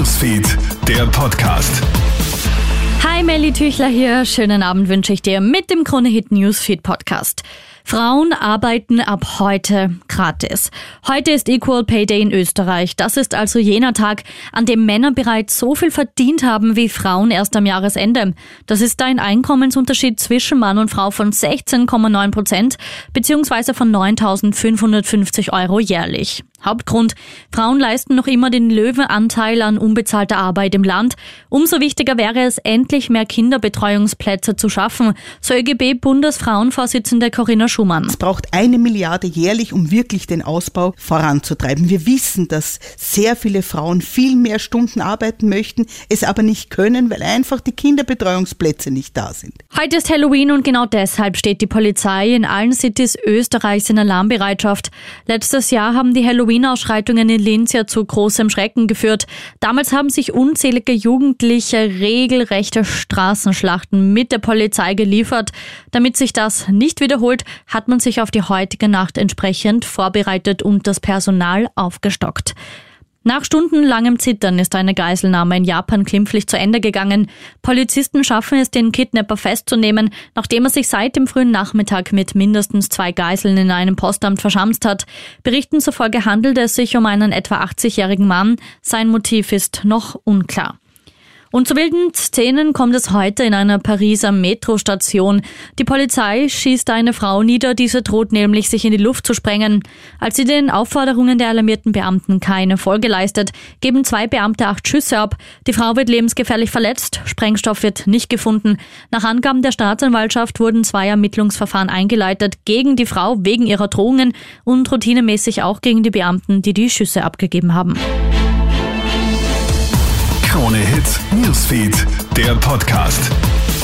Newsfeed, der Podcast. Hi, Melly Tüchler hier. Schönen Abend wünsche ich dir mit dem Krone-Hit Newsfeed Podcast. Frauen arbeiten ab heute gratis. Heute ist Equal Pay Day in Österreich. Das ist also jener Tag, an dem Männer bereits so viel verdient haben wie Frauen erst am Jahresende. Das ist ein Einkommensunterschied zwischen Mann und Frau von 16,9% bzw. von 9.550 € jährlich. Hauptgrund: Frauen leisten noch immer den Löwenanteil an unbezahlter Arbeit im Land. Umso wichtiger wäre es, endlich mehr Kinderbetreuungsplätze zu schaffen, so ÖGB-Bundesfrauenvorsitzende Corinna Schumann. Es braucht 1 Milliarde jährlich, um wirklich den Ausbau voranzutreiben. Wir wissen, dass sehr viele Frauen viel mehr Stunden arbeiten möchten, es aber nicht können, weil einfach die Kinderbetreuungsplätze nicht da sind. Heute ist Halloween und genau deshalb steht die Polizei in allen Cities Österreichs in Alarmbereitschaft. Letztes Jahr haben die Halloween-Ausschreitungen in Linz ja zu großem Schrecken geführt. Damals haben sich unzählige Jugendliche regelrechte Straßenschlachten mit der Polizei geliefert. Damit sich das nicht wiederholt, hat man sich auf die heutige Nacht entsprechend vorbereitet und das Personal aufgestockt. Nach stundenlangem Zittern ist eine Geiselnahme in Japan glimpflich zu Ende gegangen. Polizisten schaffen es, den Kidnapper festzunehmen, nachdem er sich seit dem frühen Nachmittag mit mindestens 2 Geiseln in einem Postamt verschanzt hat. Berichten zufolge handelt es sich um einen etwa 80-jährigen Mann. Sein Motiv ist noch unklar. Und zu wilden Szenen kommt es heute in einer Pariser Metrostation. Die Polizei schießt eine Frau nieder, diese droht nämlich, sich in die Luft zu sprengen. Als sie den Aufforderungen der alarmierten Beamten keine Folge leistet, geben 2 Beamte 8 Schüsse ab. Die Frau wird lebensgefährlich verletzt, Sprengstoff wird nicht gefunden. Nach Angaben der Staatsanwaltschaft wurden 2 Ermittlungsverfahren eingeleitet gegen die Frau wegen ihrer Drohungen und routinemäßig auch gegen die Beamten, die die Schüsse abgegeben haben. Krone-Hit Newsfeed, der Podcast.